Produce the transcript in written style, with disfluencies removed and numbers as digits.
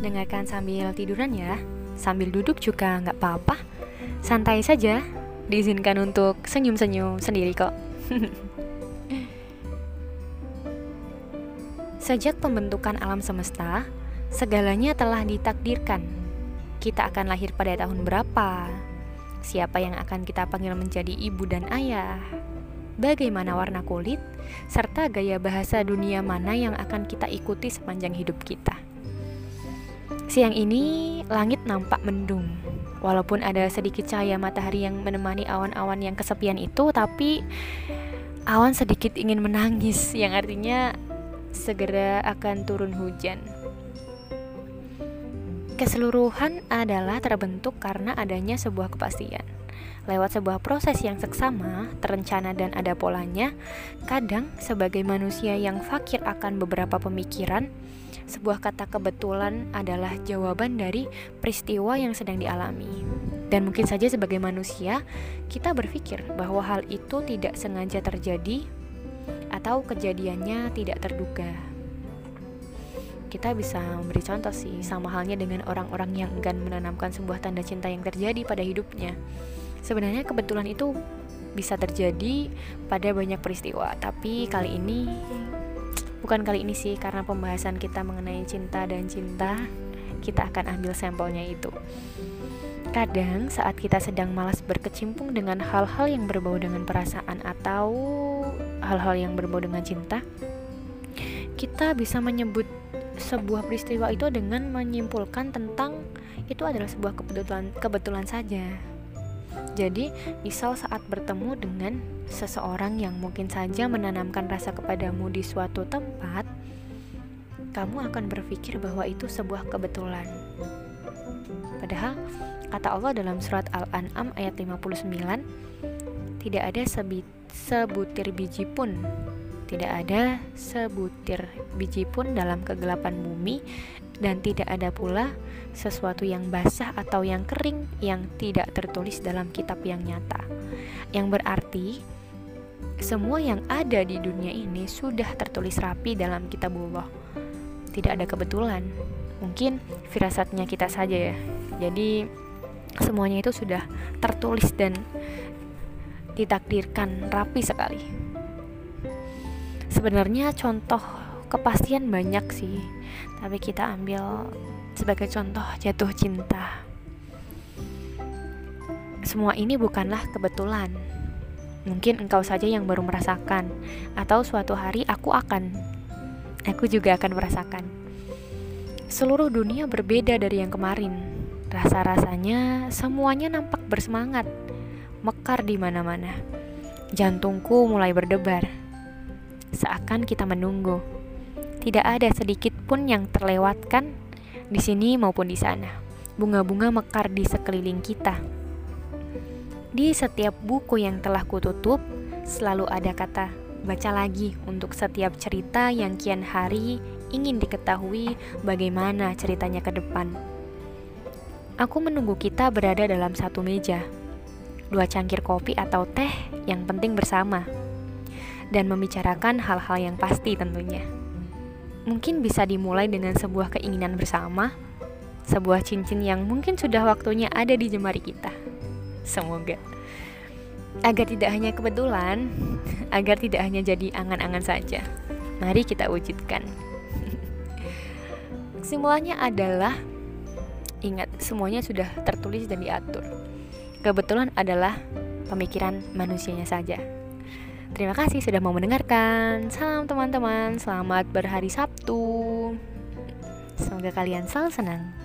didengarkan sambil tiduran ya. Sambil duduk juga nggak apa-apa. Santai saja, diizinkan untuk senyum-senyum sendiri kok. Sejak pembentukan alam semesta, segalanya telah ditakdirkan. Kita akan lahir pada tahun berapa? Siapa yang akan kita panggil menjadi ibu dan ayah? Bagaimana warna kulit? Serta gaya bahasa dunia mana yang akan kita ikuti sepanjang hidup kita. Siang ini, langit nampak mendung. Walaupun ada sedikit cahaya matahari yang menemani awan-awan yang kesepian itu, tapi awan sedikit ingin menangis, yang artinya segera akan turun hujan. Keseluruhan adalah terbentuk karena adanya sebuah kepastian. Lewat sebuah proses yang seksama, terencana dan ada polanya, kadang sebagai manusia yang fakir akan beberapa pemikiran, sebuah kata kebetulan adalah jawaban dari peristiwa yang sedang dialami. Dan mungkin saja sebagai manusia, kita berpikir bahwa hal itu tidak sengaja terjadi atau kejadiannya tidak terduga. Kita bisa memberi contoh sih, sama halnya dengan orang-orang yang enggan menanamkan sebuah tanda cinta yang terjadi pada hidupnya. Sebenarnya kebetulan itu bisa terjadi pada banyak peristiwa, tapi bukan kali ini sih, karena pembahasan kita mengenai cinta dan cinta, kita akan ambil sampelnya itu. Kadang saat kita sedang malas berkecimpung dengan hal-hal yang berbau dengan perasaan atau hal-hal yang berbau dengan cinta, kita bisa menyebut sebuah peristiwa itu dengan menyimpulkan tentang itu adalah sebuah kebetulan saja. Jadi, misal saat bertemu dengan seseorang yang mungkin saja menanamkan rasa kepadamu di suatu tempat, kamu akan berpikir bahwa itu sebuah kebetulan. Padahal, kata Allah dalam surat Al-An'am ayat 59, tidak ada sebutir biji pun, dalam kegelapan bumi, dan tidak ada pula sesuatu yang basah atau yang kering yang tidak tertulis dalam kitab yang nyata. Yang berarti semua yang ada di dunia ini sudah tertulis rapi dalam kitabullah. Tidak ada kebetulan. Mungkin firasatnya kita saja ya. Jadi semuanya itu sudah tertulis dan ditakdirkan rapi sekali. Sebenarnya contoh kepastian banyak sih, tapi kita ambil sebagai contoh jatuh cinta. Semua ini bukanlah kebetulan. Mungkin engkau saja yang baru merasakan, atau suatu hari aku juga akan merasakan. Seluruh dunia berbeda dari yang kemarin. Rasa-rasanya semuanya nampak bersemangat, mekar di mana-mana. Jantungku mulai berdebar. Seakan kita menunggu. Tidak ada sedikit pun yang terlewatkan di sini maupun di sana. Bunga-bunga mekar di sekeliling kita. Di setiap buku yang telah kututup, selalu ada kata baca lagi untuk setiap cerita yang kian hari ingin diketahui bagaimana ceritanya ke depan. Aku menunggu kita berada dalam satu meja, 2 cangkir kopi atau teh yang penting bersama, dan membicarakan hal-hal yang pasti tentunya. Mungkin bisa dimulai dengan sebuah keinginan bersama, sebuah cincin yang mungkin sudah waktunya ada di jemari kita. Semoga. Agar tidak hanya kebetulan, agar tidak hanya jadi angan-angan saja. Mari kita wujudkan. Kesimpulannya adalah, ingat, semuanya sudah tertulis dan diatur. Kebetulan adalah pemikiran manusianya saja. Terima kasih sudah mau mendengarkan. Salam teman-teman, selamat berhari Sabtu. Semoga kalian selalu senang.